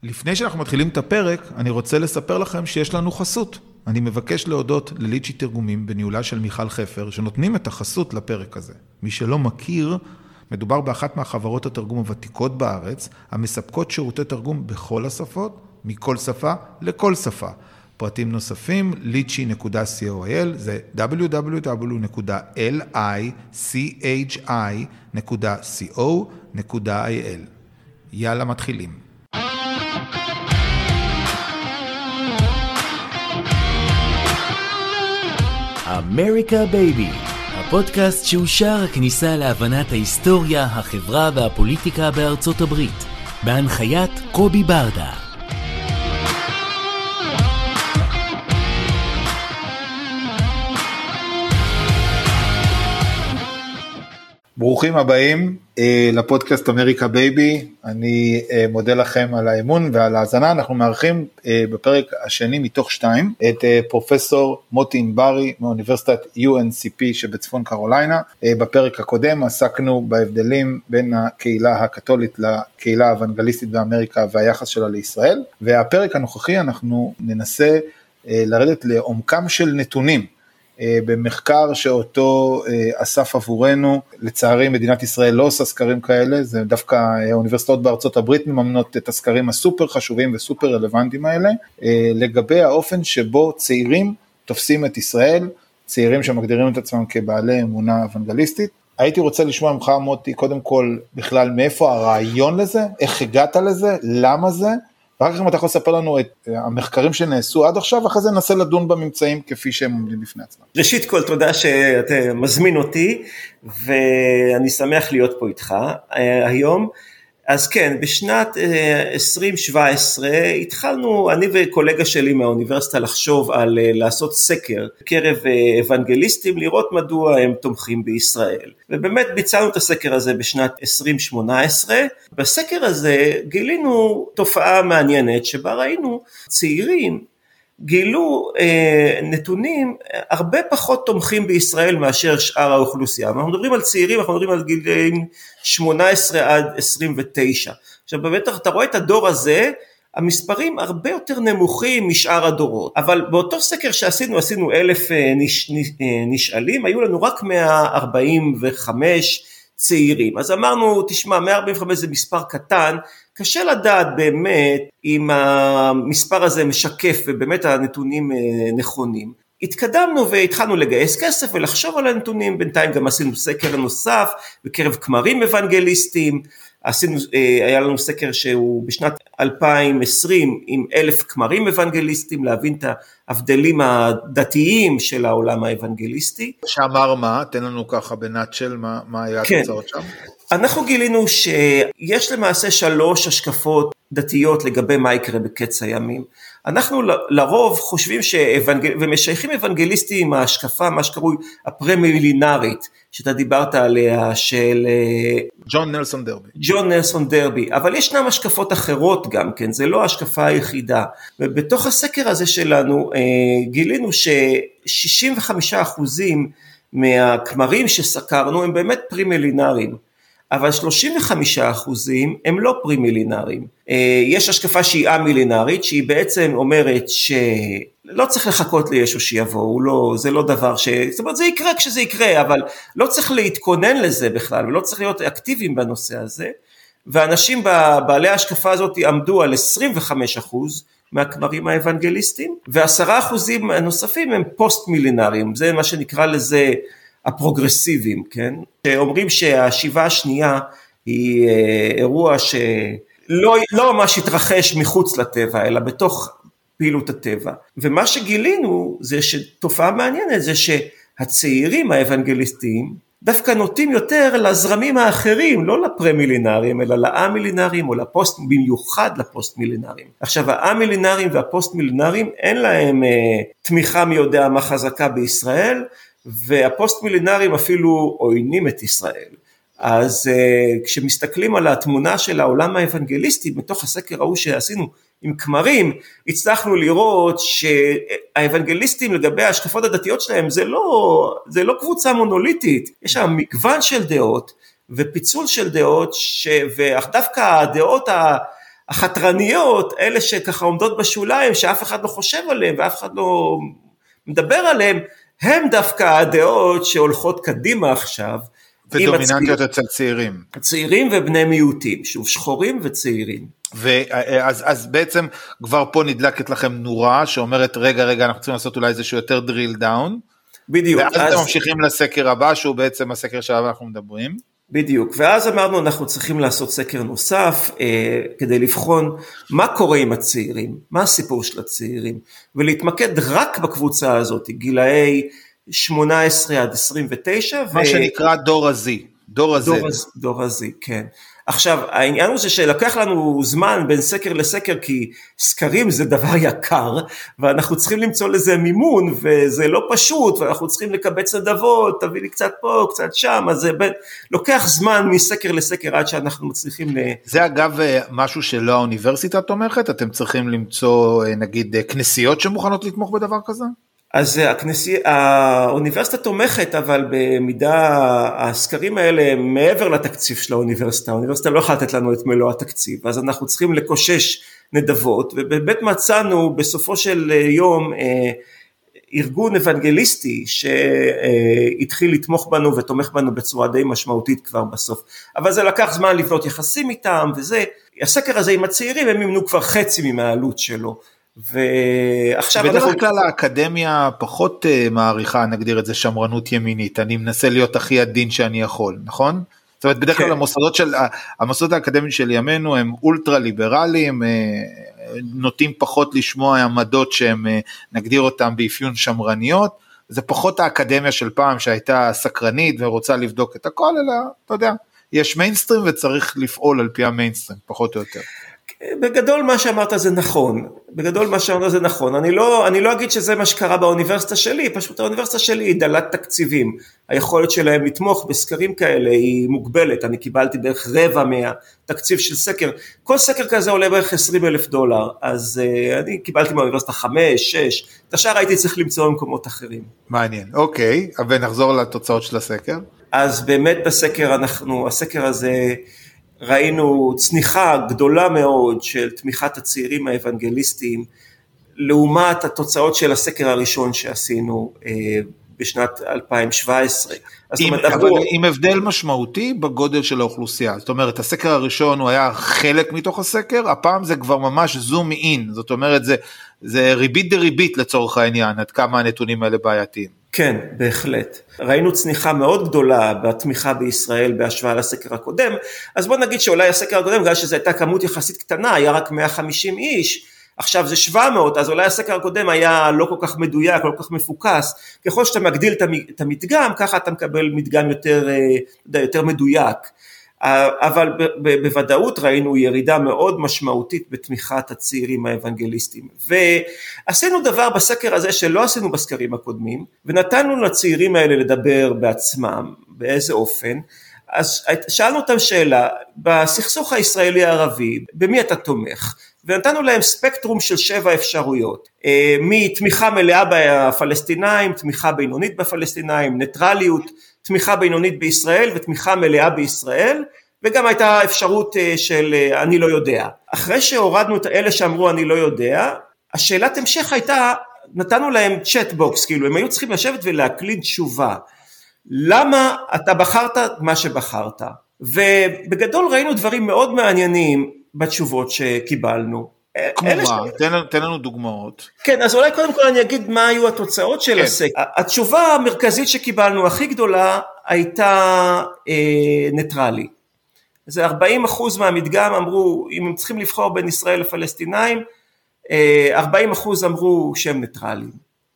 לפני שאנחנו מתחילים את הפרק, אני רוצה לספר לכם שיש לנו חסות. אני מבקש להודות לליצ'י תרגומים בניהולה של מיכל חפר, שנותנים את החסות לפרק הזה. מי שלא מכיר, מדובר באחת מהחברות התרגום הוותיקות בארץ, המספקות שירותי תרגום בכל השפות, מכל שפה לכל שפה. פרטים נוספים, litchi.co.il, זה www.lichi.co.il. יאללה, מתחילים. אמריקה בייבי, הפודקאסט שהוא שער הכניסה להבנת ההיסטוריה, החברה והפוליטיקה בארצות הברית, בהנחיית קובי ברדה. ברוכים הבאים לפודקאסט אמריקה בייבי. אני מודה לכם על האמון ועל ההאזנה. אנחנו מארחים בפרק השני מתוך 2 את פרופסור מוטי ענברי מאוניברסיטת UNCP שבצפון קרוליינה. בפרק הקודם עסקנו בהבדלים בין הקהילה הקתולית לקהילה האוונגליסטית באמריקה והיחס שלה לישראל, והפרק הנוכחי אנחנו ננסה לרדת לעומקם של נתונים במחקר שאותו אסף עבורנו. לצערי מדינת ישראל לא עושה סקרים כאלה, זה דווקא האוניברסיטאות בארצות הברית מממנות את הסקרים הסופר חשובים וסופר רלוונטיים האלה, לגבי האופן שבו צעירים תופסים את ישראל, צעירים שמגדירים את עצמם כבעלי אמונה אוונגליסטית. הייתי רוצה לשמוע ממך מוטי, קודם כל בכלל מאיפה הרעיון לזה, איך הגעת לזה, למה זה, ואחר כך אם אתה יכול לספר לנו את המחקרים שנעשו עד עכשיו, אחרי זה ננסה לדון בממצאים כפי שהם עומדים בפני עצמם. ראשית כל, תודה שאתה מזמין אותי, ואני שמח להיות פה איתך היום. אז כן, בשנת 2017 התחלנו, אני וקולגה שלי מהאוניברסיטה, לחשוב על לעשות סקר בקרב אוונגליסטים, לראות מדוע הם תומכים בישראל. ובאמת ביצענו את הסקר הזה בשנת 2018. בסקר הזה גילינו תופעה מעניינת, שבה ראינו צעירים גילו נתונים הרבה פחות תומכים בישראל מאשר שאר האוכלוסייה. אנחנו מדברים על צעירים, אנחנו מדברים על גילים 18 עד 29. עכשיו באמת אתה רואה את הדור הזה, המספרים הרבה יותר נמוכים משאר הדורות, אבל באותו סקר עשינו 1,000 נשאלים, היו לנו רק 145 צעירים. אז אמרנו, תשמע, 145 זה מספר קטן, קשה לדעת באמת אם המספר הזה משקף ובאמת הנתונים נכונים. התקדמנו והתחלנו לגייס כסף ולחשוב על הנתונים, בינתיים גם עשינו סקר נוסף בקרב כמרים אוונגליסטים, היה לנו סקר שהוא בשנת 2020 עם 1,000 כמרים אוונגליסטים, להבין את ההבדלים הדתיים של העולם האוונגליסטי. שאמר מה? תן לנו ככה בנאצ'ל, מה היה התוצאות שם? אנחנו גילינו שיש למעשה 3 השקפות דתיות לגבי מה יקרה בקץ הימים. אנחנו לרוב חושבים ומשייכים אוונגליסטים עם ההשקפה, מה שקרוי הפרמילינרית, שאתה דיברת עליה, של ג'ון נלסון דרבי, אבל ישנם השקפות אחרות גם כן, זה לא ההשקפה היחידה. ובתוך הסקר הזה שלנו גילינו ש65% מהכמרים שסקרנו הם באמת פרימילינריים, אבל 35% הם לא פרימילינריים. יש השקפה שהיא א-מילינרית, שהיא בעצם אומרת שלא צריך לחכות לישו שיבוא, זה לא דבר זאת אומרת, זה יקרה כשזה יקרה, אבל לא צריך להתכונן לזה בכלל, ולא צריך להיות אקטיביים בנושא הזה, ואנשים בעלי ההשקפה הזאת עמדו על 25% מהכמרים האוונגליסטים, ו10% הנוספים הם פוסט-מילינריים, זה מה שנקרא לזה הפרוגרסיביים, כן? שאומרים שהשיבה השנייה היא אירוע שלא ממש התרחש מחוץ לטבע, אלא בתוך פעילות הטבע. ומה שגילינו זה שתופעה מעניינת, זה שהצעירים האוונגליסטיים דווקא נוטים יותר לזרמים האחרים, לא לפרמילינריים, אלא לאמילינריים או במיוחד לפוסט-מילינריים. עכשיו, האמילינריים והפוסט-מילינריים אין להם תמיכה מי יודע מה חזקה בישראל, והפוסט-מילינרים אפילו עוינים את ישראל. אז כשמסתכלים על התמונה של העולם האוונגליסטי, מתוך הסקר ההוא שעשינו עם כמרים, הצלחנו לראות שהאוונגליסטים לגבי ההשקפות הדתיות שלהם, זה לא קבוצה מונוליטית, יש שם מגוון של דעות, ופיצול של דעות, ודווקא הדעות החתרניות, אלה שככה עומדות בשוליים, שאף אחד לא חושב עליהם, ואף אחד לא מדבר עליהם, הם דווקא הדעות שהולכות קדימה עכשיו, ודומיננטיות אצל צעירים. צעירים ובני מיעוטים, שוב, שחורים וצעירים. אז בעצם כבר פה נדלקת לכם נורה, שאומרת רגע, אנחנו צריכים לעשות אולי איזשהו יותר drill down, בדיוק. ואז אתם ממשיכים לסקר הבא, שהוא בעצם הסקר שעליו אנחנו מדברים. בדיוק, ואז אמרנו אנחנו צריכים לעשות סקר נוסף, כדי לבחון מה קורה עם הצעירים, מה הסיפור של הצעירים, ולהתמקד רק בקבוצה הזאת, גילאי 18 עד 29. מה שנקרא דור הזי, דור הזה. דור הזי, כן. עכשיו, העניין הוא שלקח לנו זמן בין סקר לסקר, כי סקרים זה דבר יקר, ואנחנו צריכים למצוא לזה מימון, וזה לא פשוט, ואנחנו צריכים לקבץ נדבות, תביא לי קצת פה, קצת שם, אז זה לוקח זמן מסקר לסקר, עד שאנחנו מצליחים זה אגב משהו שלא האוניברסיטה תומכת, אתם צריכים למצוא נגיד כנסיות שמוכנות לתמוך בדבר כזה? אז האוניברסיטה תומכת, אבל במידה הסקרים האלה מעבר לתקציב של האוניברסיטה, האוניברסיטה לא יכולה לתת לנו את מלוא התקציב, אז אנחנו צריכים לקושש נדבות, ובאמת מצאנו בסופו של יום ארגון אוונגליסטי שהתחיל לתמוך בנו ותומך בנו בצורה די משמעותית כבר בסוף, אבל זה לקח זמן לבנות יחסים איתם, וזה, הסקר הזה עם הצעירים הם ימנו כבר חצי מהעלות שלו, ועכשיו בדרך כלל האקדמיה פחות מעריכה, נגדיר את זה שמרנות ימינית, אני מנסה להיות הכי עדין שאני יכול, נכון? זאת אומרת, בדרך כלל המוסדות האקדמיים של ימינו הם אולטרה ליברליים, נוטים פחות לשמוע עמדות שהם נגדיר אותם באפיון שמרניות, זה פחות האקדמיה של פעם שהייתה סקרנית ורוצה לבדוק את הכל, אלא אתה יודע, יש מיינסטרים וצריך לפעול על פי המיינסטרים, פחות או יותר. בגדול מה שאמרת זה נכון, אני לא אגיד שזה מה שקרה באוניברסיטה שלי, פשוט האוניברסיטה שלי היא דלת תקציבים, היכולת שלהם לתמוך בסקרים כאלה היא מוגבלת, אני קיבלתי בערך רבע מהתקציב של סקר, כל סקר כזה עולה בערך $20,000, אז אני קיבלתי מהאוניברסיטה 5, 6, את השאר הייתי צריך למצוא במקומות אחרים. מעניין, אוקיי, ונחזור לתוצאות של הסקר. אז באמת הסקר הזה, ראינו צניחה גדולה מאוד של תמיכת הצעירים האוונגליסטיים, לעומת התוצאות של הסקר הראשון שעשינו בשנת 2017. אבל עם הבדל משמעותי בגודל של האוכלוסייה, זאת אומרת, הסקר הראשון הוא היה חלק מתוך הסקר, הפעם זה כבר ממש זום אין, זאת אומרת, זה ריבית דריבית לצורך העניין, עד כמה הנתונים האלה בעייתיים. כן, בהחלט. ראינו צניחה מאוד גדולה בתמיכה בישראל בהשוואה לסקר הקודם, אז בוא נגיד שאולי הסקר הקודם, בגלל שזו הייתה כמות יחסית קטנה, היה רק 150 איש, עכשיו זה 700, אז אולי הסקר הקודם היה לא כל כך מדויק, לא כל כך מפוקס, ככל שאתה מגדיל את המדגם, ככה אתה מקבל מדגם יותר מדויק, אבל בוודאות ראינו ירידה מאוד משמעותית בתמיכת הצעירים האוונגליסטים, ועשינו דבר בסקר הזה שלא עשינו בסקרים הקודמים, ונתנו לצעירים האלה לדבר בעצמם, באיזה אופן, אז שאלנו אותם שאלה, בסכסוך הישראלי הערבי, במי אתה תומך? ונתנו להם ספקטרום של 7 אפשרויות, מתמיכה מלאה בפלסטינאים, תמיכה בינונית בפלסטינאים, ניטרליות, תמיכה בינונית בישראל ותמיכה מלאה בישראל, וגם הייתה אפשרות של אני לא יודע. אחרי שהורדנו את אלה שאמרו אני לא יודע, השאלת המשך הייתה, נתנו להם צ'אט בוקס, כאילו הם היו צריכים לשבת ולהקליד תשובה, למה אתה בחרת מה שבחרת? ובגדול ראינו דברים מאוד מעניינים בתשובות שקיבלנו. כמו מה? תן לנו דוגמאות. כן, אז אולי קודם כל אני אגיד מה היו התוצאות של הסקר. התשובה המרכזית שקיבלנו הכי גדולה הייתה ניטרלי. זה 40% מהמדגם אמרו, אם הם צריכים לבחור בין ישראל לפלסטינאים, 40% אמרו שהם ניטרליים.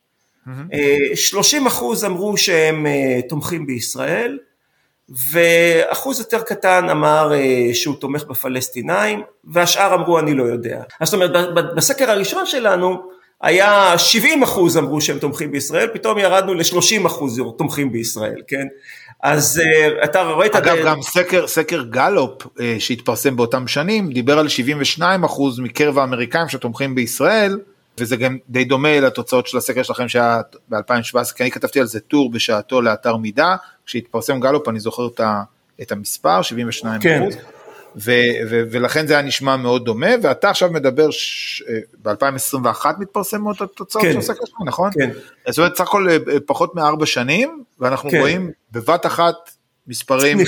30% אמרו שהם תומכים בישראל, ואחוז יותר קטן אמר שהוא תומך בפלסטינאים, והשאר אמרו אני לא יודע. זאת אומרת, בסקר הראשון שלנו, היה 70% אמרו שהם תומכים בישראל, פתאום ירדנו ל-30% תומכים בישראל, כן? אז אתה רואה את אגב, גם סקר גלופ שהתפרסם באותם שנים, דיבר על 72% מקרב האמריקאים שתומכים בישראל, וזה גם די דומה לתוצאות של הסקר שלכם שהיה ב-2017, כי אני כתבתי על זה טור בשעתו לאתר מידע, כשהתפרסם גלופ אני זוכר את המספר, 72%. כן. ולכן זה היה נשמע מאוד דומה, ואתה עכשיו מדבר, ב-2021 מתפרסמות התוצאות של הסקר שלנו, נכון? כן. זאת אומרת, סך הכל פחות מ4 שנים, ואנחנו רואים בבת אחת מספרים,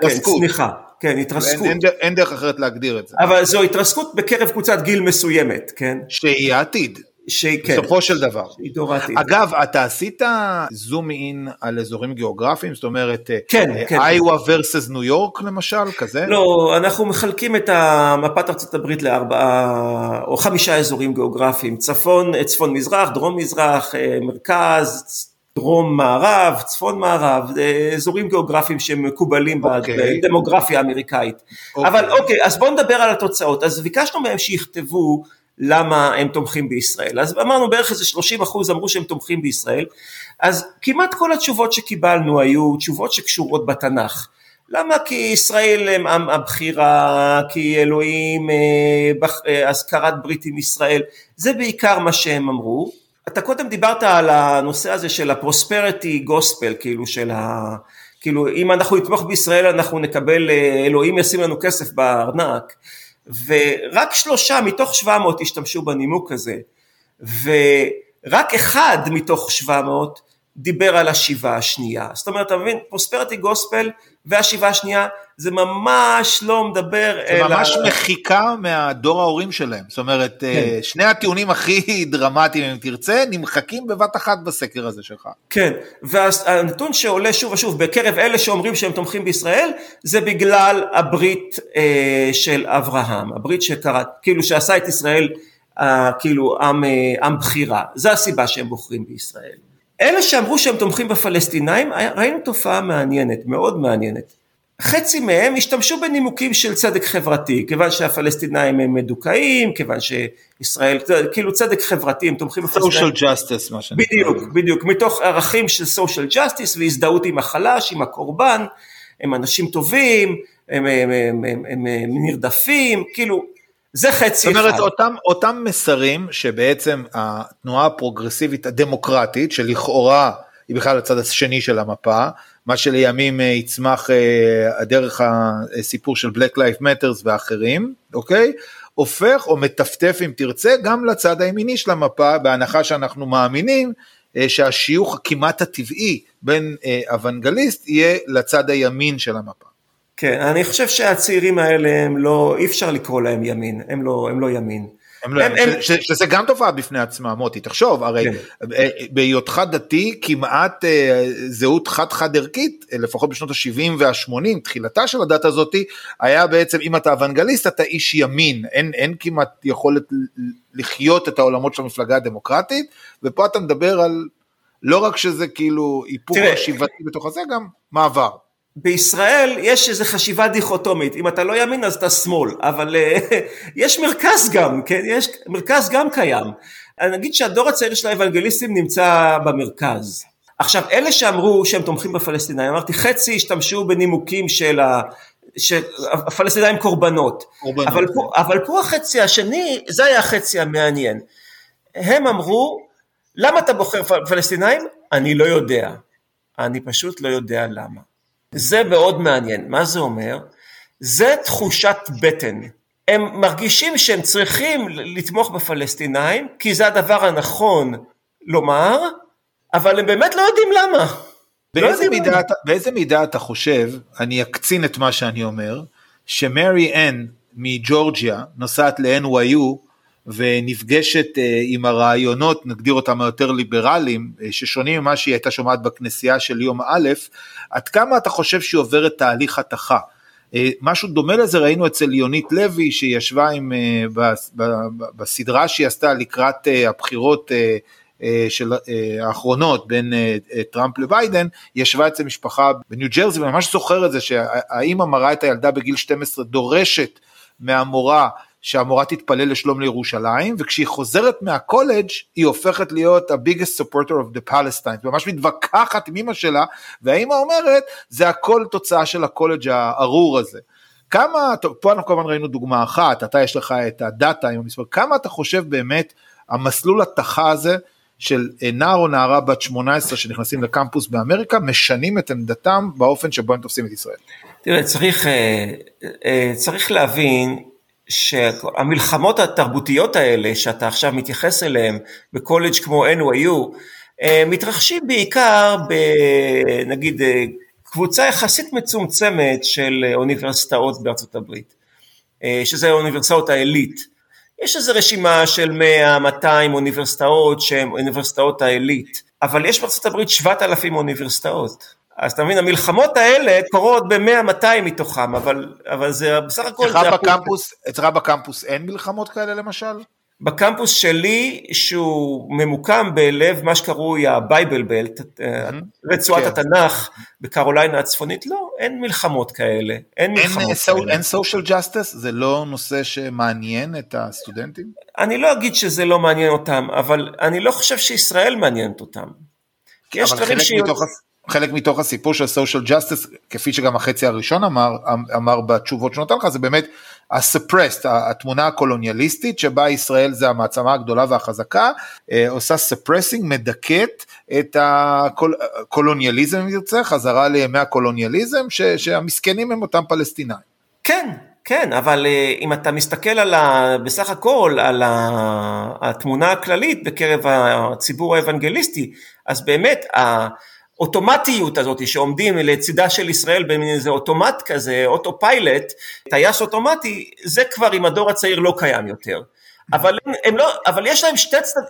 כן, התרסקות. אין דרך אחרת להגדיר את זה. אבל זו התרסקות בקרב קבוצת גיל מסוימת, כן? שהיא העתיד. בסופו של דבר. אגב, אתה עשית זום אין על אזורים גיאוגרפיים, זאת אומרת, איווה versus ניו יורק למשל, כזה? לא, אנחנו מחלקים את מפת ארצות הברית ל4 או 5 אזורים גיאוגרפיים, צפון מזרח, דרום מזרח, מרכז, דרום מערב, צפון מערב, אזורים גיאוגרפיים שמקובלים בדמוגרפיה האמריקאית. אבל אוקיי, אז בואו נדבר על התוצאות. אז ביקשנו מהם שיכתבו למה הם תומכים בישראל. אז אמרנו בערך איזה 30% אמרו שהם תומכים בישראל, אז כמעט כל התשובות שקיבלנו היו תשובות שקשורות בתנ"ך. למה? כי ישראל הם עם הבחירה, כי אלוהים, הזכרת ברית עם ישראל, זה בעיקר מה שהם אמרו. אתה קודם דיברת על הנושא הזה של הפרוספריטי גוספל, כאילו אם אנחנו נתמוך בישראל אנחנו נקבל, אלוהים ישים לנו כסף בארנק, ורק 3 מתוך 700 השתמשו בנימוק הזה, ורק 1 מתוך 700 דיבר על השיבה השנייה. זאת אומרת, אתה מבין, פרוספריטי גוספל והשיבה השנייה, זה ממש לא מדבר... זה ממש מחיקה מהדור ההורים שלהם. זאת אומרת, שני הטיעונים הכי דרמטיים, אם תרצה, נמחקים בבת אחת בסקר הזה שלך. כן, והנתון שעולה שוב ושוב, בקרב אלה שאומרים שהם תומכים בישראל, זה בגלל הברית של אברהם, הברית שקראת, כאילו שעשה את ישראל, כאילו עם בחירה. זה הסיבה שהם בוחרים בישראל. אלה שאמרו שהם תומכים בפלסטינאים, ראינו תופעה מעניינת, מאוד מעניינת. חצי מהם השתמשו בנימוקים של צדק חברתי, כיוון שהפלסטינאים הם מדוכאים, כיוון שישראל, כאילו צדק חברתי, הם תומכים בפלסטינאים. Social justice, מה שאני בדיוק, מתוך ערכים של social justice, והזדהות עם החלש, עם הקורבן, הם אנשים טובים, הם נרדפים, כאילו, זה חצי אחד. זאת אומרת, אותם מסרים שבעצם התנועה הפרוגרסיבית הדמוקרטית, שלכאורה היא בכלל הצד השני של המפה, מה שלימים יצמח הדרך הסיפור של Black Lives Matters ואחרים, אוקיי? הופך או מטפטף אם תרצה גם לצד הימיני של המפה, בהנחה שאנחנו מאמינים שהשיוך הכמעט הטבעי בין אוונגליסט יהיה לצד הימין של המפה. כן, אני חושב שהצעירים האלה הם לא, אי אפשר לקרוא להם ימין, הם לא ימין. שזה גם תופעה בפני עצמה, מוטי, תחשוב, הרי בהיותך דתי כמעט זהות חד ערכית, לפחות בשנות ה-70 וה-80, תחילתה של הדת הזאת, היה בעצם, אם אתה אוונגליסט, אתה איש ימין, אין כמעט יכולת לחיות את העולמות של המפלגה הדמוקרטית, ופה אתה מדבר על, לא רק שזה כאילו היפוך השיבתי בתוך הזה, גם מעבר. בישראל יש איזו חשיבה דיכוטומית, אם אתה לא ימין אז אתה שמאל, אבל יש מרכז גם, כן? יש מרכז גם קיים. אני אגיד שהדור הצעיר של האוונגליסטים נמצא במרכז. עכשיו, אלה שאמרו שהם תומכים בפלסטינאים, אמרתי, חצי השתמשו בנימוקים של הפלסטינאים קורבנות. אבל פה החצי השני, זה היה החצי המעניין. הם אמרו, למה אתה בוחר פלסטינאים? אני לא יודע. אני פשוט לא יודע למה. זה מאוד מעניין. מה זה אומר? זה תחושת בטן. הם מרגישים שהם צריכים לתמוך בפלסטינאים, כי זה הדבר הנכון לומר, אבל הם באמת לא יודעים למה. באיזה מידה אתה חושב, אני אקצין את מה שאני אומר, שמרי אן מג'ורג'יה נוסעת ל-NYU, ונפגשת עם הרעיונות, נגדיר אותם היותר ליברליים, ששונים ממה שהיא הייתה שומעת בכנסייה של יום א', עד כמה אתה חושב שהיא עוברת תהליך התחה? משהו דומה לזה ראינו אצל יונית לוי, שישבה בסדרה שהיא עשתה לקראת הבחירות האחרונות, בין טראמפ לביידן, ישבה אצל משפחה בניו ג'רזי, וממש זוכר את זה, שהאמא מראה את הילדה בגיל 12, דורשת מהמורה, שהמורה תתפלל לשלום לירושלים, וכשהיא חוזרת מהקולג' היא הופכת להיות ה-biggest supporter of the Palestine, ממש מתווכחת עם אמא שלה, והאמא אומרת, זה הכל תוצאה של הקולג' הארור הזה. כמה, פה אנחנו כמובן ראינו דוגמה אחת, אתה יש לך את הדאטה עם המספר, כמה אתה חושב באמת, המסלול התחה הזה, של נער או נערה בת 18 שנכנסים לקמפוס באמריקה, משנים את עמדתם באופן שבו הם תופסים את ישראל. תראה, צריך להבין שהמלחמות התרבותיות האלה, שאתה עכשיו מתייחס אליהן, בקולג' כמו NYU, מתרחשים בעיקר נגיד, קבוצה יחסית מצומצמת של אוניברסיטאות בארצות הברית, שזה אוניברסיטאות העילית. יש איזו רשימה של 100-200 אוניברסיטאות שהן אוניברסיטאות העילית, אבל יש בארצות הברית 7,000 אוניברסיטאות. אז אתה מבין, המלחמות האלה קורות ב100-200 מתוכם, אבל זה בסך הכל... אצלך בקמפוס אין מלחמות כאלה למשל? בקמפוס שלי, שהוא ממוקם בלב מה שקרוי הבייבל בלט, רצועת התנ"ך בקרוליינה הצפונית, לא, אין מלחמות כאלה, אין מלחמות כאלה. אין social justice? זה לא נושא שמעניין את הסטודנטים? אני לא אגיד שזה לא מעניין אותם, אבל אני לא חושב שישראל מעניינת אותם. חלק מתוך הסיפור של social justice, כפי שגם החצי הראשון אמר בתשובות שנותן לך, זה באמת ה-suppressed, התמונה הקולוניאליסטית, שבה ישראל זה המעצמה הגדולה והחזקה, עושה suppressing, מדכאת את הקולוניאליזם, אם ירצה, חזרה לימי הקולוניאליזם, שהמסכנים הם אותם פלסטינאים. כן, אבל אם אתה מסתכל בסך הכל על התמונה הכללית בקרב הציבור האבנגליסטי, אז באמת האוטומטיות הזאת שעומדים לצידה של ישראל במין איזה אוטומט כזה, אוטופיילוט, טייס אוטומטי, זה כבר עם הדור הצעיר לא קיים יותר. אבל יש להם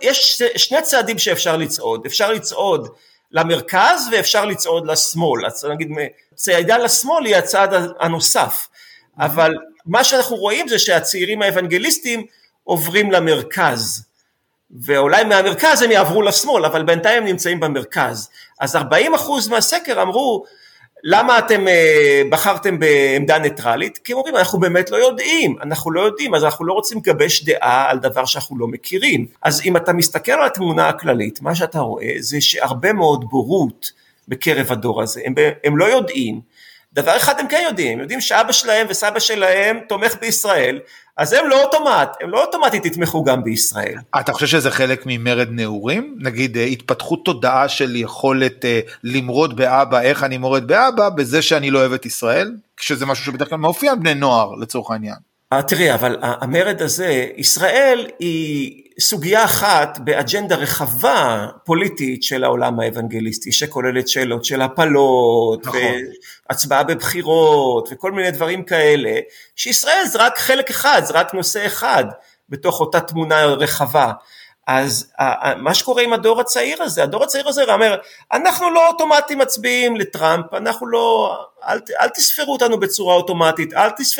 שני צעדים שאפשר לצעוד, אפשר לצעוד למרכז ואפשר לצעוד לשמאל, אז נגיד צעידה לשמאל היא הצעד הנוסף, אבל מה שאנחנו רואים זה שהצעירים האבנגליסטים עוברים למרכז, ואולי מהמרכז הם יעברו לשמאל, אבל בינתיים הם נמצאים במרכז. אז 40% מהסקר אמרו, למה אתם בחרתם בעמדה ניטרלית? כי הם אומרים, אנחנו באמת לא יודעים, אז אנחנו לא רוצים לגבש דעה על דבר שאנחנו לא מכירים. אז אם אתה מסתכל על התמונה הכללית, מה שאתה רואה זה שהרבה מאוד בורות בקרב הדור הזה, הם לא יודעים, דבר אחד הם כן יודעים, הם יודעים שאבא שלהם וסבא שלהם תומך בישראל, אז הם לא אוטומטית יתמכו גם בישראל. אתה חושב שזה חלק ממרד נעורים? נגיד התפתחות תודעה של יכולת למרוד באבא, איך אני מורד באבא, בזה שאני לא אוהב את ישראל, כשזה משהו שבדרך כלל מאופיין בני נוער לצורך העניין. תראי, אבל המרד הזה, ישראל היא סוגיה אחת באג'נדה רחבה פוליטית של העולם האבנגליסטי, שכוללת שאלות של הפלות, נכון. והצבעה בבחירות, וכל מיני דברים כאלה, שישראל זה רק חלק אחד, זה רק נושא אחד, בתוך אותה תמונה רחבה. אז מה שקורה עם הדור הצעיר הזה אומר, אנחנו לא אוטומטית מצביעים לטראמפ, אנחנו לא, אל תספרו אותנו בצורה אוטומטית,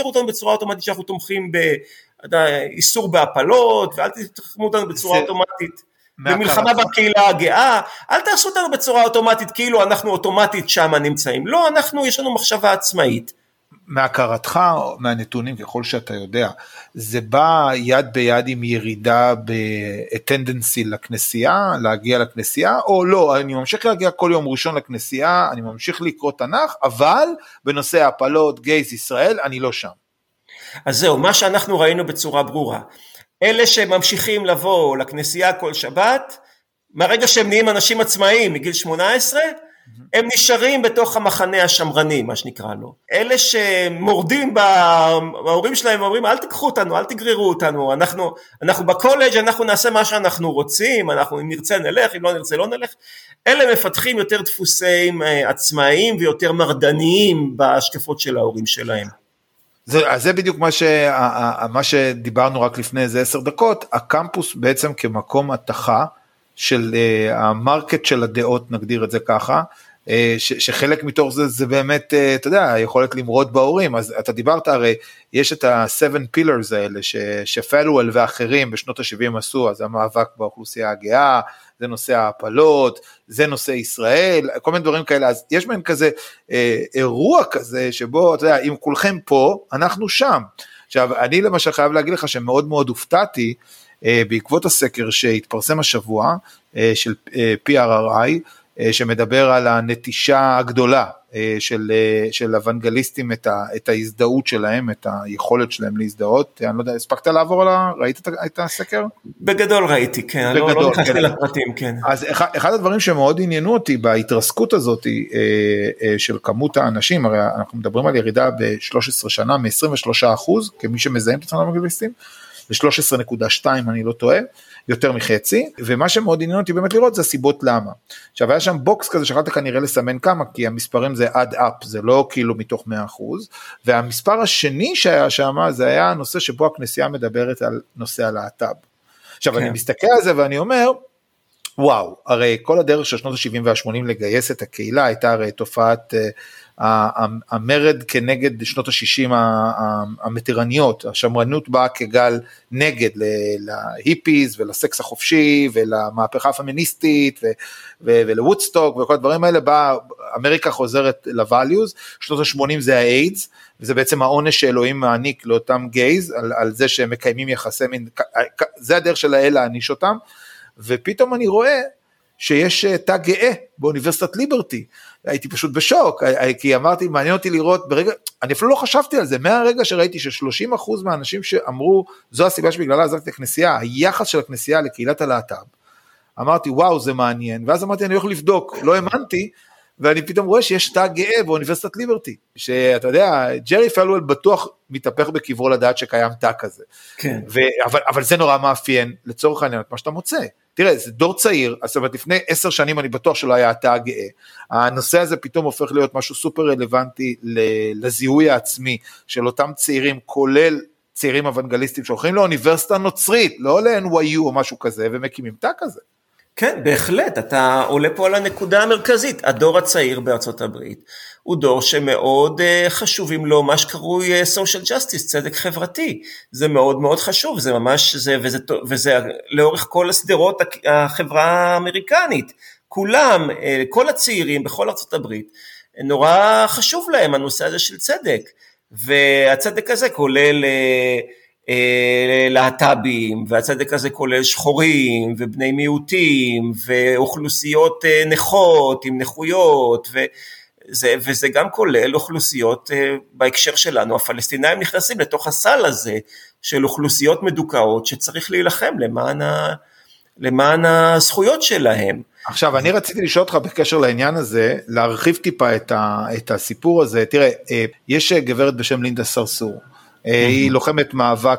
שאנחנו תומכים באיסור בהפלות, ואל תתחמו אותנו בצורה אוטומטית, במלחמה בקהילה הגאה, אל תעשו אותנו בצורה אוטומטית, כאילו אנחנו אוטומטית שם נמצאים, לא, יש לנו מחשבה עצמאית. מהכרתך, מהנתונים, ככל שאתה יודע, זה בא יד ביד עם ירידה באטנדנסי לכנסייה, להגיע לכנסייה, או לא, אני ממשיך להגיע כל יום ראשון לכנסייה, אני ממשיך לקרוא תנ"ך, אבל בנושא הפלות, גייז ישראל, אני לא שם. אז זהו, מה שאנחנו ראינו בצורה ברורה, אלה שממשיכים לבוא לכנסייה כל שבת, מהרגע שהם נהיים אנשים עצמאיים מגיל 18, הם נשארים בתוך המחנה השמרני, מה שנקרא לו. אלה שמורדים בהורים שלהם, אומרים, אל תיקחו אותנו, אל תגררו אותנו, אנחנו בקולג' אנחנו נעשה מה שאנחנו רוצים, אם נרצה נלך, אם לא נרצה לא נלך. אלה מפתחים יותר דפוסים עצמאיים ויותר מרדניים בהשקפות של ההורים שלהם. אז זה בדיוק מה שדיברנו רק לפני איזה 10 דקות, הקמפוס בעצם כמקום התחה, של המרקט של הדעות, נגדיר את זה ככה, שחלק מתוך זה באמת, אתה יודע, היכולת למרוד בהורים, אז אתה דיברת הרי, יש את ה7 pillars האלה, שפלוול ואחרים בשנות ה-70 עשו, אז המאבק באוכלוסייה הגאה, זה נושא ההפלות, זה נושא ישראל, כל מיני דברים כאלה, אז יש בהם כזה אירוע כזה, שבו, אתה יודע, אם כולכם פה, אנחנו שם. עכשיו, אני למשל חייב להגיד לך שמאוד מאוד הופתעתי, בעקבות הסקר שהתפרסם השבוע של PRRI, שמדבר על הנטישה הגדולה של אוונגליסטים, את ההזדהות שלהם, את היכולת שלהם להזדהות. אני לא יודע, הספקת לעבור ראית את הסקר? בגדול ראיתי, כן, לא נכנסתי לפרטים, כן. אז אחד הדברים שמאוד עניינו אותי בהתרסקות הזאת של כמות האנשים, הרי אנחנו מדברים על ירידה ב-13 שנה, מ-23%, כמי שמזהים את עצמם אוונגליסטים, ל-13.2 אני לא טועה, יותר מחצי, ומה שמאוד עניין אותי באמת לראות זה הסיבות למה. עכשיו היה שם בוקס כזה שיכולת כנראה לסמן כמה, כי המספרים זה add up, זה לא כאילו מתוך 100%, והמספר השני שהיה שם, זה היה הנושא שבו הכנסייה מדברת על נושא הלהט"ב. עכשיו אני מסתכל על זה ואני אומר, וואו, הרי כל הדרך של שנות ה-70 וה-80 לגייס את הקהילה, הייתה הרי תופעת המרד כנגד שנות ה-60 המטרניות, השמרנות באה כגל נגד להיפיז ולסקס החופשי ולמהפכה הפמיניסטית ולוודסטוק וכל הדברים האלה, באה אמריקה חוזרת לוואליוז, שנות ה-80 זה האיידס, וזה בעצם העונש שאלוהים מעניק לאותם גייז, על זה שהם מקיימים יחסי מין, זה הדרך של האל להעניש אותם, ופתאום אני רואה שיש תא גאה באוניברסיטת ליברטי, הייתי פשוט בשוק, כי אמרתי, מעניין אותי לראות ברגע, אני אפילו לא חשבתי על זה, מהרגע שראיתי ש30% מהאנשים שאמרו, זו הסיבה שבגללה עזבתי את הכנסייה, היחס של הכנסייה לקהילת הלהט"ב, אמרתי, וואו, זה מעניין, ואז אמרתי, אני הולך לבדוק, לא האמנתי, ואני פתאום רואה שיש תא גאה באוניברסיטת ליברטי, שאתה יודע, ג'רי פלוול בטוח מתהפך בקברו לדעת שקיים תא כזה, כן. אבל זה נורא מאפיין, לצורך העניין, מה שאתה מוצא, תראה, זה דור צעיר, זאת אומרת, לפני 10 שנים אני בטוח שלא היה התא הגאה, הנושא הזה פתאום הופך להיות משהו סופר רלוונטי לזיהוי העצמי של אותם צעירים, כולל צעירים אוונגליסטים שהולכים לאוניברסיטה נוצרית, לא ל-NYU או משהו כזה, ומקימים תא כזה. כן, בהחלט, אתה עולה פה על הנקודה המרכזית, הדור הצעיר בארצות הברית, הוא דור שמאוד חשובים לו מה שקרוי social justice, צדק חברתי, זה מאוד מאוד חשוב, זה ממש, וזה לאורך כל הסדרות החברה האמריקנית, כולם, כל הצעירים בכל ארצות הברית, נורא חשוב להם הנושא הזה של צדק, והצדק הזה כולל להט"בים, והצדק הזה כולל שחורים, ובני מיעוטים, ואוכלוסיות נכות עם נכויות, וזה גם כולל אוכלוסיות, בהקשר שלנו, הפלסטינאים נכנסים לתוך הסל הזה, של אוכלוסיות מדוכאות, שצריך להילחם למען הזכויות שלהם. עכשיו, אני רציתי לשאול אותך בקשר לעניין הזה, להרחיב טיפה את הסיפור הזה, תראה, יש גברת בשם לינדה סרסור, היא לוחמת מאבק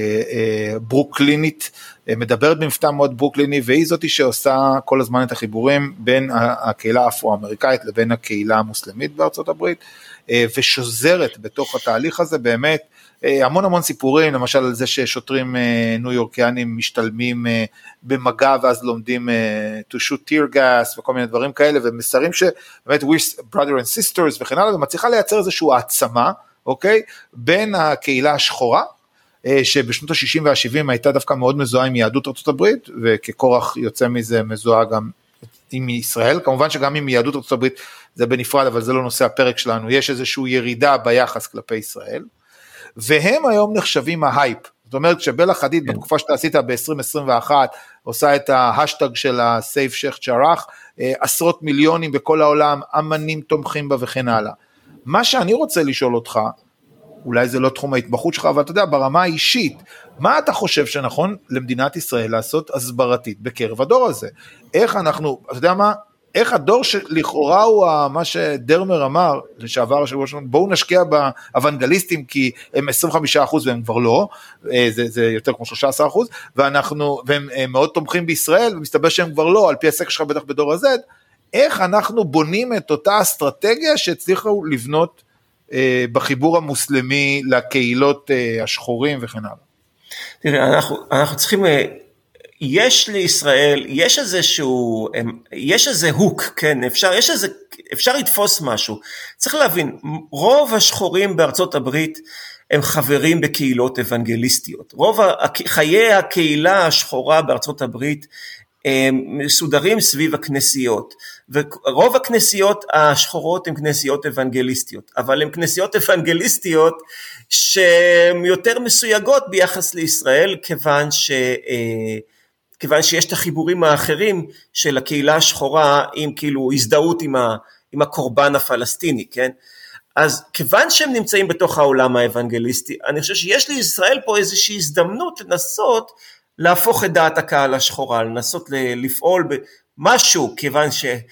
ברוקלינית, מדברת במבטא מאוד ברוקליני, והיא זאתי שעושה כל הזמן את החיבורים בין הקהילה האפרו-אמריקאית לבין הקהילה המוסלמית בארצות הברית, ושוזרת בתוך התהליך הזה באמת המון המון סיפורים, למשל על זה ששוטרים ניו יורקיאנים משתלמים במגע ואז לומדים to shoot tear gas וכל מיני דברים כאלה, ומסרים שבאמת we're brother and sisters וכן הלאה, ומצליחה לייצר איזשהו העצמה, אוקיי? בין הקהילה השחורה, שבשנות ה-60 וה-70 הייתה דווקא מאוד מזוהה עם יהדות ארצות הברית, וככורח יוצא מזה מזוהה גם עם ישראל, כמובן שגם עם יהדות ארצות הברית זה בנפרד, אבל זה לא נושא הפרק שלנו, יש איזושהי ירידה ביחס כלפי ישראל, והם היום נחשבים ההייפ, זאת אומרת שבלה חדיד בתקופה שאתה עשית ב-2021, עושה את ההשטג של הסייף שייח ג'ראח, עשרות מיליונים בכל העולם, אמנים תומכים בה וכן הלאה. מה שאני רוצה לשאול אותך, אולי זה לא תחום ההתמחות שלך, אבל אתה יודע, ברמה האישית, מה אתה חושב שנכון למדינת ישראל לעשות הסברתית בקרב הדור הזה? איך אנחנו, אתה יודע מה, איך הדור שלכאורה הוא מה שדרמר אמר, לשעבר השבוע שלנו, בואו נשקיע באוונגליסטים, כי הם 25% והם כבר לא, זה יותר כמו 13%, והם מאוד תומכים בישראל, ומסתבר שהם כבר לא, על פי הסקר שלך בטח בדור הזה, איך אנחנו בונים את אותה אסטרטגיה שהצליחו לבנות בחיבור המוסלמי לקהילות השחורים וכן הלאה. תראה, אנחנו צריכים, יש לישראל, יש איזה הוק, כן, אפשר לתפוס משהו. צריך להבין, רוב השחורים בארצות הברית הם חברים בקהילות אוונגליסטיות. רוב חיי הקהילה השחורה בארצות הברית מסודרים סביב הכנסיות, ורוב הכנסיות השחורות הן כנסיות אוונגליסטיות, אבל הן כנסיות אוונגליסטיות שהן יותר מסויגות ביחס לישראל, כיוון שיש את החיבורים האחרים של הקהילה השחורה, עם כאילו הזדהות עם הקורבן הפלסטיני, כן? אז כיוון שהם נמצאים בתוך העולם האבנגליסטי, אני חושב שיש לישראל פה איזושהי הזדמנות לנסות להפוך את דעת הקהל השחורה, לנסות לפעול במשהו, כיוון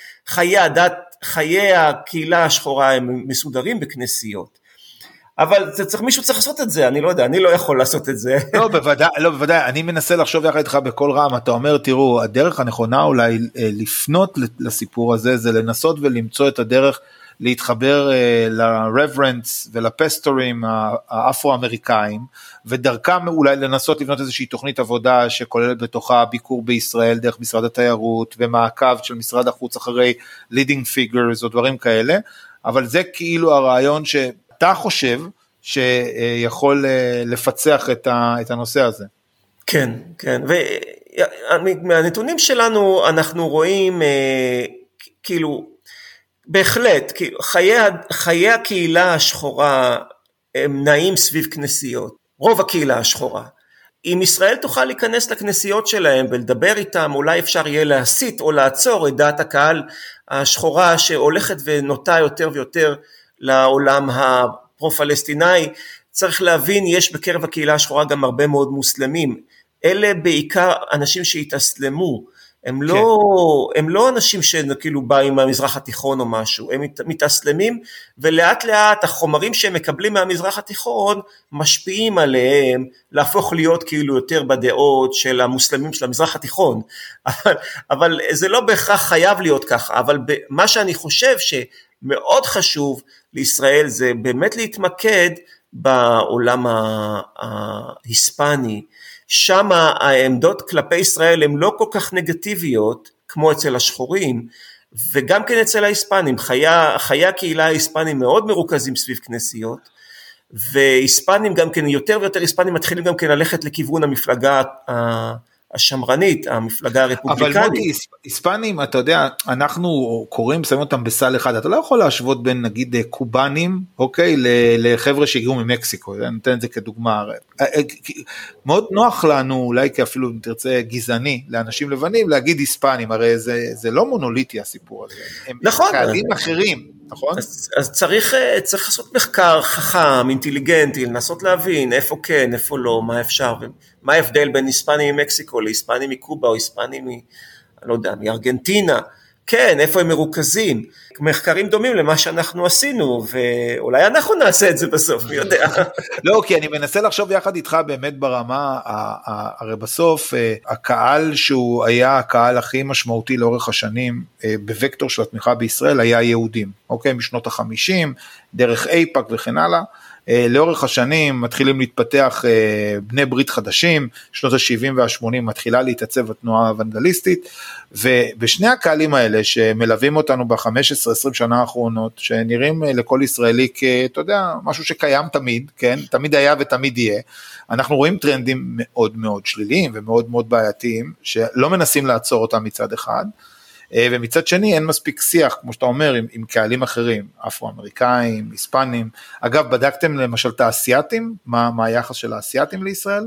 חיי הקהילה השחורה הם מסודרים בכנסיות. אבל מישהו צריך לעשות את זה, אני לא יודע, אני לא יכול לעשות את זה. לא, בוודאי, אני מנסה לחשוב יחד איתך בכל רם, אתה אומר, תראו, הדרך הנכונה אולי לפנות לסיפור הזה, זה לנסות ולמצוא את הדרך להתחבר לרברנס ולפסטורים האפרו-אמריקאים, ודרכם אולי לנסות לבנות איזושהי תוכנית עבודה שכוללת בתוכה ביקור בישראל דרך משרד התיירות, ומעקב של משרד החוץ אחרי leading figures או דברים כאלה, אבל זה כאילו הרעיון שאתה חושב שיכול לפצח את הנושא הזה. כן, כן, ומהנתונים שלנו אנחנו רואים כאילו, בהחלט, חיי הקהילה השחורה הם נעים סביב כנסיות, רוב הקהילה השחורה. אם ישראל תוכל להיכנס לכנסיות שלהם ולדבר איתם, אולי אפשר יהיה להסיט או לעצור את דעת הקהל השחורה שהולכת ונוטה יותר ויותר לעולם הפרו-פלסטיני. צריך להבין, יש בקרב הקהילה השחורה גם הרבה מאוד מוסלמים. אלה בעיקר אנשים שהתאסלמו, הם לא אנשים שכאילו באים מהמזרח התיכון או משהו, הם מתאסלמים, ולאט לאט החומרים שהם מקבלים מהמזרח התיכון משפיעים עליהם להפוך להיות כאילו יותר בדעות של המוסלמים של המזרח התיכון, אבל זה לא בהכרח חייב להיות ככה. אבל מה שאני חושב שמאוד חשוב לישראל זה באמת להתמקד בעולם ההיספני, שם העמדות כלפי ישראל הן לא כל כך נגטיביות כמו אצל השחורים, וגם כן אצל ההיספנים. חיי הקהילה ההיספנים מאוד מרוכזים סביב כנסיות, והיספנים גם כן, יותר ויותר היספנים מתחילים גם כן ללכת לכיוון המפלגה השמרנית, המפלגה הרפובליקנית. אבל מוטי, היספנים, אתה יודע, אנחנו קוראים, שמים אותם בסל אחד, אתה לא יכול להשוות בין נגיד קובנים, אוקיי, לחבר'ה שהגיעו ממקסיקו, אני נותן את זה כדוגמה, מאוד נוח לנו, אולי כאפילו אם תרצה גזעני, לאנשים לבנים, להגיד היספנים, הרי זה לא מונוליטי הסיפור הזה, נכון. הם קהלים אחרים. נכון? אז צריך לעשות מחקר חכם, אינטליגנטי, לנסות להבין איפה כן, איפה לא, מה אפשר, מה ההבדל בין היספנים ממקסיקו להיספנים מקובה, או היספנים לא יודע, מארגנטינה, כן, איפה הם מרוכזים, מחקרים דומים למה שאנחנו עשינו, ואולי אנחנו נעשה את זה בסוף, מי יודע. לא, כי אני מנסה לחשוב יחד איתך באמת ברמה, הרי בסוף הקהל שהוא היה הקהל הכי משמעותי לאורך השנים, בווקטור של התמיכה בישראל, היה יהודים, אוקיי, משנות ה-50, דרך אייפק וכן הלאה, לאורך השנים מתחילים להתפתח בני ברית חדשים, שנות ה-70 וה-80 מתחילה להתעצב התנועה האוונגליסטית, ובשני הקהלים האלה שמלווים אותנו ב-15-20 שנה האחרונות, שנראים לכל ישראלי אתה יודע, משהו שקיים תמיד, כן? תמיד היה ותמיד יהיה, אנחנו רואים טרנדים מאוד מאוד שליליים ומאוד מאוד בעייתיים, שלא מנסים לעצור אותם מצד אחד, ומצד שני אין מספיק שיח, כמו שאתה אומר, עם קהלים אחרים, אפרו-אמריקאים, היספנים. אגב, בדקתם למשל את האסייתים? מה היחס של האסייתים לישראל?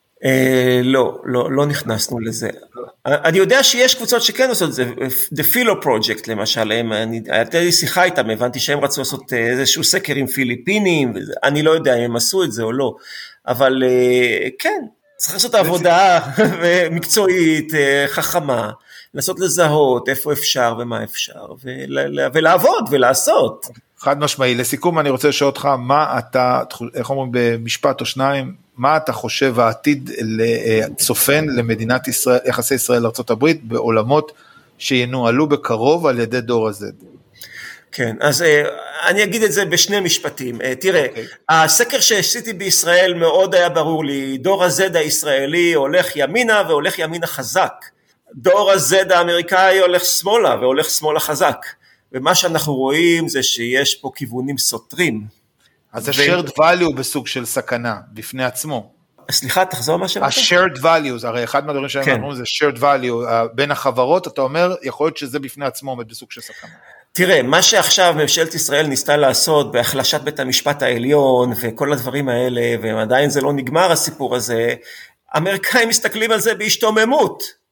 לא נכנסנו לזה. אני יודע שיש קבוצות שכן עושות את זה, The Philo Project למשל, הייתה לי שיחה איתם, הבנתי שהם רצו לעשות איזשהו סקר עם פיליפינים, אני לא יודע אם הם עשו את זה או לא, אבל כן, צריך לעשות עבודה מקצועית, חכמה, לנסות לזהות איפה אפשר ומה אפשר, ולעבוד ולעשות. חד משמעי, לסיכום אני רוצה לשאול אותך, מה אתה, איך אומרים במשפט או שניים, מה אתה חושב העתיד צופן למדינת ישראל, יחסי ישראל לארצות הברית, בעולמות שינוהלו בקרוב על ידי דור הזד? כן, אז אני אגיד את זה בשני משפטים. תראה, הסקר שעשיתי בישראל מאוד היה ברור לי, דור הזד הישראלי הולך ימינה והולך ימינה חזק. דור הזד האמריקאי הולך שמאלה והולך שמאלה חזק. ומה שאנחנו רואים זה שיש פה כיוונים סותרים. אז ה-shared value בסוג של סכנה בפני עצמו. סליחה, תחזור מה שאמרת? ה-shared values, הרי אחד מהדברים שאנחנו אומרים זה shared value, בין החברות, אתה אומר, יכול להיות שזה בפני עצמו עומד בסוג של סכנה. תראה, מה שעכשיו ממשלת ישראל ניסתה לעשות בהחלשת בית המשפט העליון וכל הדברים האלה, ועדיין זה לא נגמר הסיפור הזה, אמריקאים מסתכלים על זה בהשתוממות,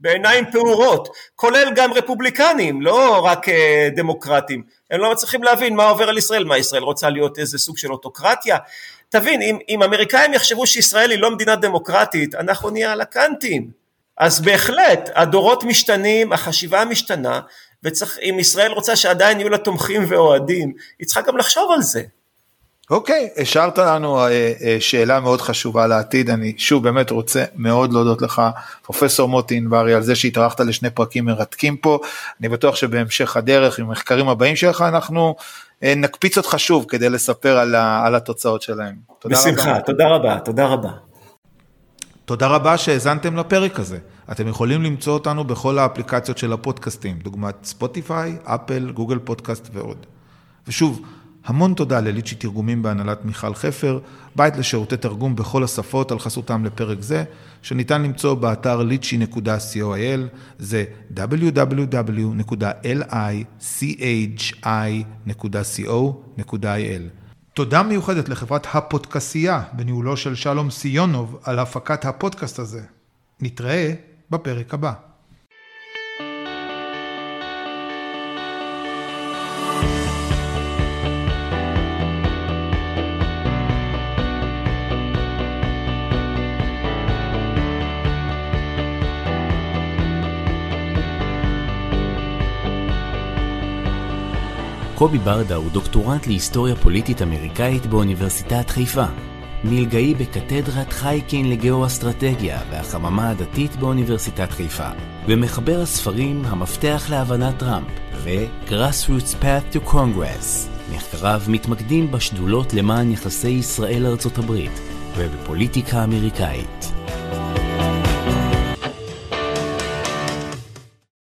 בעיניים פעורות, כולל גם רפובליקנים, לא רק דמוקרטים. הם לא מצליחים להבין מה עובר על ישראל, מה ישראל רוצה להיות איזה סוג של אוטוקרטיה. תבין, אם אמריקאים יחשבו שישראל היא לא מדינה דמוקרטית, אנחנו נהיה על הקנטים. אז בהחלט, הדורות משתנים, החשיבה משתנה, ואם ישראל רוצה שעדיין יהיו לה תומכים ואוהדים, היא צריכה גם לחשוב על זה. אוקיי, השארת לנו שאלה מאוד חשובה לעתיד, אני שוב באמת רוצה מאוד להודות לך, פרופסור מוטי ענברי, על זה שהתארחת לשני פרקים מרתקים פה, אני בטוח שבהמשך הדרך, עם מחקרים הבאים שלך, אנחנו נקפיץ אותך שוב, כדי לספר על התוצאות שלהם. בשמחה, תודה רבה, תודה רבה. תודה רבה שהאזנתם לפרק הזה. אתם יכולים למצוא אותנו בכל האפליקציות של הפודקאסטים, דוגמת ספוטיפיי, אפל, גוגל פודקאסט ועוד. ושוב, המון תודה לליצ'י תרגומים בהנהלת מיכל חפר, בית לשירותי תרגום בכל השפות על חסותם לפרק זה, שניתן למצוא באתר litchi.co.il, זה www.lichi.co.il. תודה מיוחדת לחברת הפודקסייה בניהולו של שלום סיונוב על הפקת הפודקאסט הזה. נתראה בפרק הבא. קובי ברדה הוא דוקטורנט להיסטוריה פוליטית אמריקאית באוניברסיטת חיפה, מלגאי בקתדרת חייקין לגאו-אסטרטגיה והחממה הדתית באוניברסיטת חיפה, ומחבר הספרים המפתח להבנת טראמפ ו-Grassroots Path to Congress. מחקריו מתמקדים בשדולות למען יחסי ישראל ארצות הברית ובפוליטיקה אמריקאית.